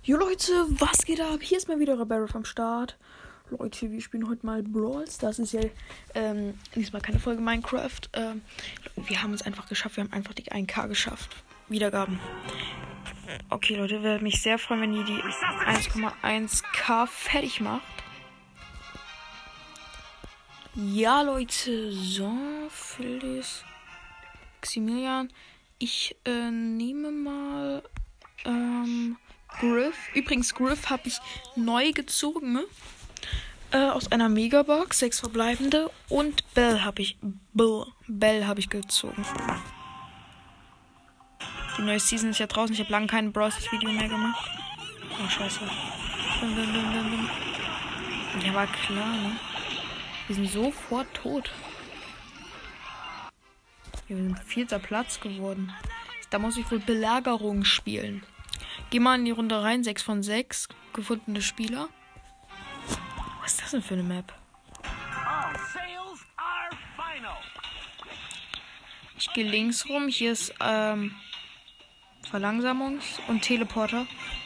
Jo Leute, was geht ab? Hier ist mal wieder Rebello vom Start. Leute, wir spielen heute mal Brawls. Das ist ja diesmal keine Folge Minecraft. Wir haben es einfach geschafft. Wir haben einfach die 1K geschafft. Wiedergaben. Okay, Leute, würde mich sehr freuen, wenn ihr die 1,1K fertig macht. Ja, Leute. So, Phyllis. Maximilian. Ich nehme mal Griff. Übrigens, Griff habe ich neu gezogen. Aus einer Megabox. 6 verbleibende. Und Bell habe ich gezogen. Die neue Season ist ja draußen. Ich habe lange kein Bros-Video mehr gemacht. Oh, scheiße. Ja, war klar, ne? Wir sind sofort tot. Wir sind 4. Platz geworden. Da muss ich wohl Belagerung spielen. Geh mal in die Runde rein. 6 von 6. Gefundene Spieler. Was ist das denn für eine Map? Ich gehe links rum. Hier ist Verlangsamungs- und Teleporter.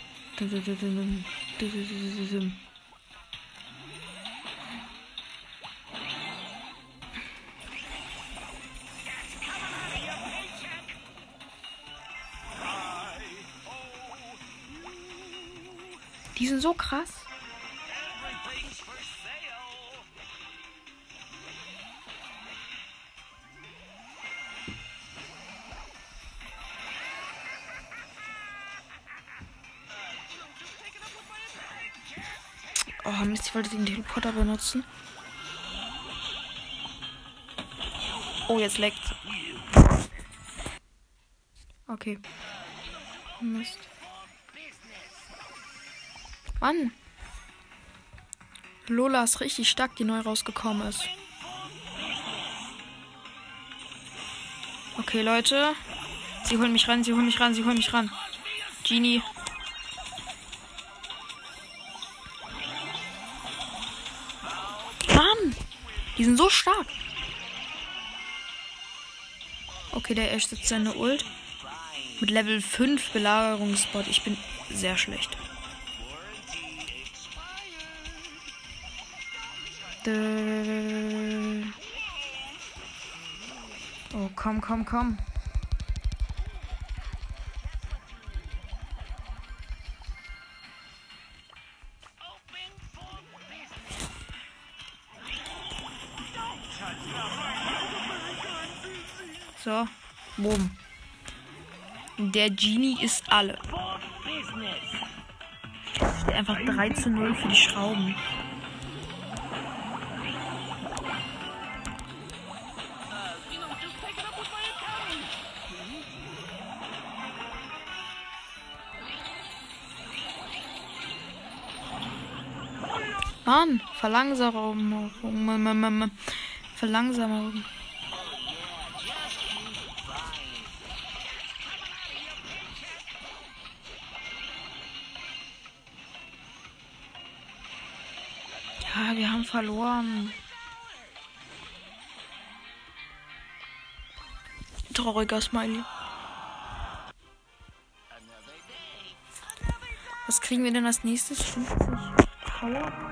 Die sind so krass. Oh Mist, ich wollte den Teleporter benutzen. Oh, jetzt leckt. Okay. Mist. Mann. Lola ist richtig stark, die neu rausgekommen ist. Okay, Leute. Sie holen mich ran. Genie. Mann! Die sind so stark. Okay, der Ash setzt seine Ult. Mit Level 5 Belagerungsbot. Ich bin sehr schlecht. Oh, komm. So, boom. Der Genie ist alle. Steht einfach 3:0 für die Schrauben. Mann, Verlangsamung. Ja, wir haben verloren. Trauriger Smiley. Was kriegen wir denn als nächstes? 50 Powerpunkte.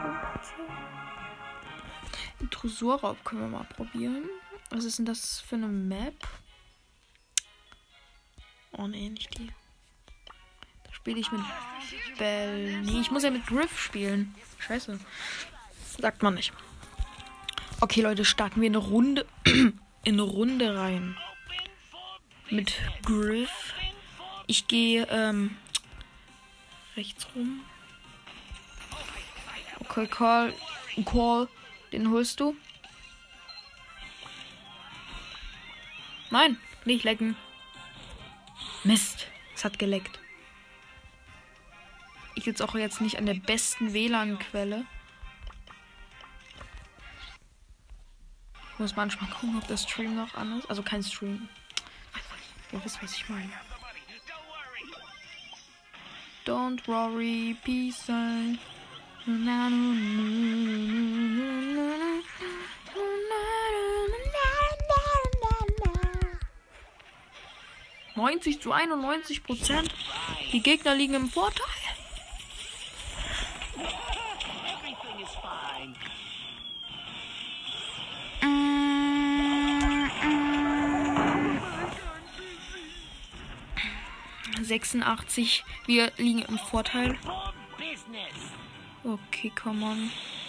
Tresorraub können wir mal probieren. Was ist denn das für eine Map? Oh ne, nicht die. Da spiele ich mit Bell. Nee, ich muss ja mit Griff spielen. Scheiße. Sagt man nicht. Okay, Leute, starten wir in eine Runde rein. Mit Griff. Ich gehe rechts rum. Okay, Call. Den holst du? Nein, nicht lecken. Mist, es hat geleckt. Ich sitze auch jetzt nicht an der besten WLAN-Quelle. Ich muss manchmal gucken, ob der Stream noch an ist. Also kein Stream. Ihr wisst, was ich meine. Don't worry, peace sign. 90 zu 91%. Die Gegner liegen im Vorteil. Everything is fine. 86. Wir liegen im Vorteil. Okay, come on.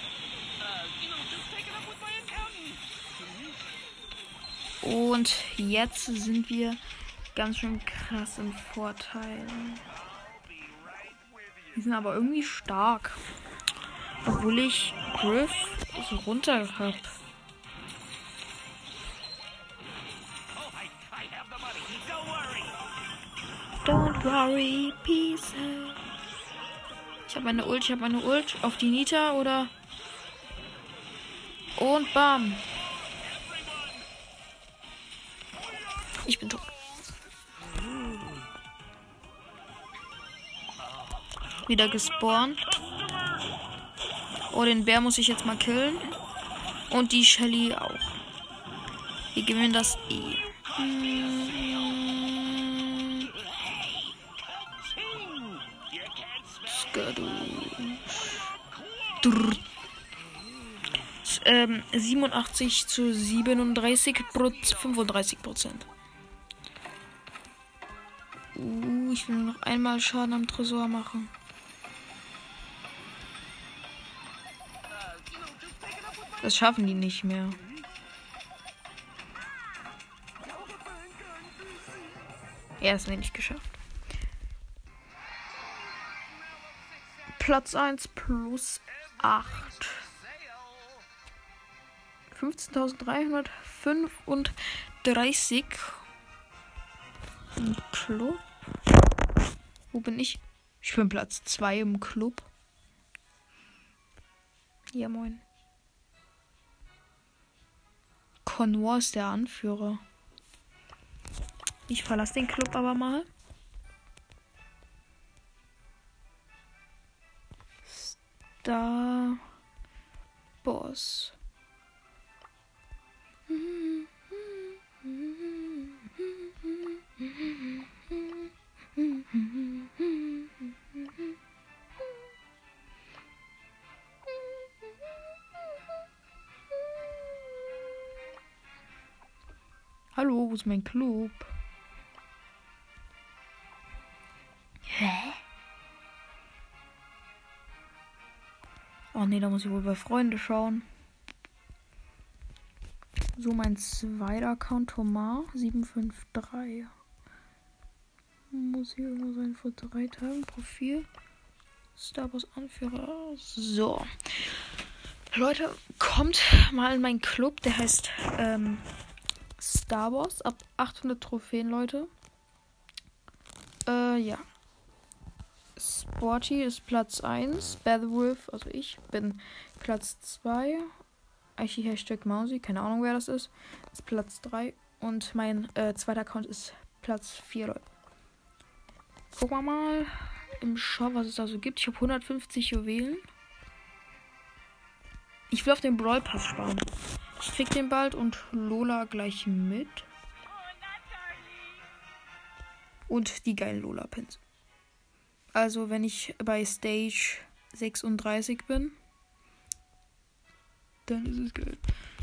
Und jetzt sind wir ganz schön krass im Vorteil. Die sind aber irgendwie stark. Obwohl ich Griff so runter hab. Don't worry, peace. Ich habe eine Ult, auf die Nita oder. Und bam. Ich bin tot. Wieder gespawnt. Oh, den Bär muss ich jetzt mal killen. Und die Shelly auch. Wir gewinnen das eh. Skadu. 87 zu 37 35%. Ich will nur noch einmal Schaden am Tresor machen. Das schaffen die nicht mehr. Ja, das haben wir nicht geschafft. Platz 1 plus 8. 15.335 im Club. Wo bin ich? Ich bin Platz 2 im Club. Ja, moin. Conor ist der Anführer. Ich verlasse den Club aber mal. Star Boss. Hallo, wo ist mein Club? Hä? Oh ne, da muss ich wohl bei Freunde schauen. So, mein zweiter Account, Thomas 753. Muss hier irgendwo sein vor 3 Tagen. Profil. Starboss Anführer. So. Leute, kommt mal in meinen Club. Der heißt Starboss. Ab 800 Trophäen, Leute. Ja. Sporty ist Platz 1. Beowulf, also ich, bin Platz 2. Aichi Hashtag Mausi, keine Ahnung wer das ist Platz 3. Und mein zweiter Account ist Platz 4, Leute. Gucken wir mal im Shop, was es da so gibt. Ich habe 150 Juwelen. Ich will auf den Brawl Pass sparen. Ich krieg den bald und Lola gleich mit. Und die geilen Lola-Pins. Also, wenn ich bei Stage 36 bin, dann ist es geil.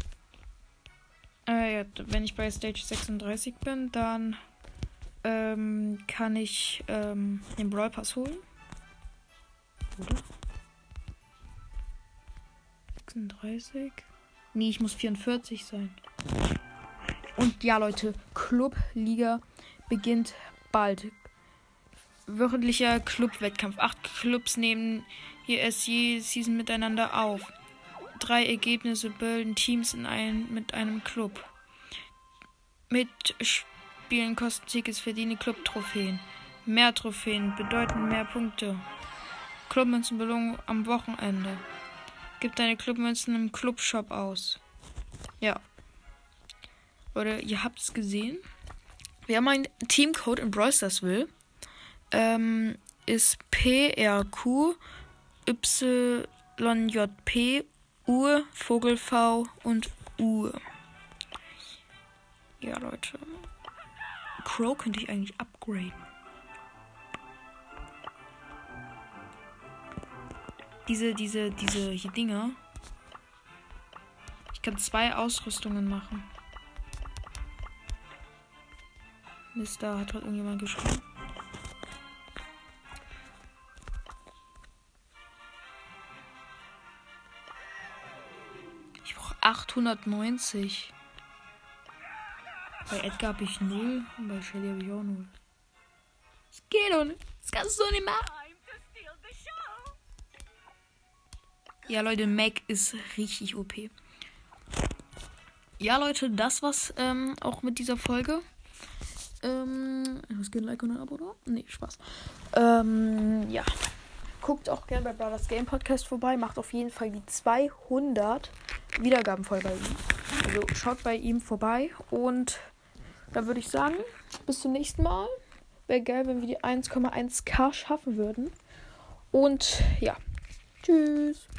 Ja, wenn ich bei Stage 36 bin, dann kann ich den Brawl Pass holen. Oder? 36? Nee, ich muss 44 sein. Und ja, Leute, Club-Liga beginnt bald. Wöchentlicher Club-Wettkampf. 8 Clubs nehmen hier erst je Season miteinander auf. 3 Ergebnisse bilden Teams mit einem Club. Mitspielen kosten Tickets, verdiene Club-Trophäen. Mehr Trophäen bedeuten mehr Punkte. Clubmünzenbelohnung am Wochenende. Gib deine Clubmünzen im Clubshop aus. Ja. Oder ihr habt es gesehen. Wer mein Teamcode in Brawl Stars will, ist PRQYJP Vogel V und U. Ja, Leute. Crow könnte ich eigentlich upgraden. Diese hier Dinge. Ich kann 2 Ausrüstungen machen. Mist, da hat heute irgendjemand geschrieben. Ich brauche 890. Bei Edgar habe ich 0 und bei Shelly habe ich auch 0. Das geht doch nicht. Das kannst du nicht machen. Ja, Leute, Mac ist richtig OP. Ja, Leute, das war's auch mit dieser Folge. Was geht, Like und ein Abo, oder? Nee, Spaß. Ja. Guckt auch gerne bei Brothers Game Podcast vorbei. Macht auf jeden Fall die 200 Wiedergaben voll bei ihm. Also schaut bei ihm vorbei. Und dann würde ich sagen, bis zum nächsten Mal. Wäre geil, wenn wir die 1,1k schaffen würden. Und ja. Tschüss.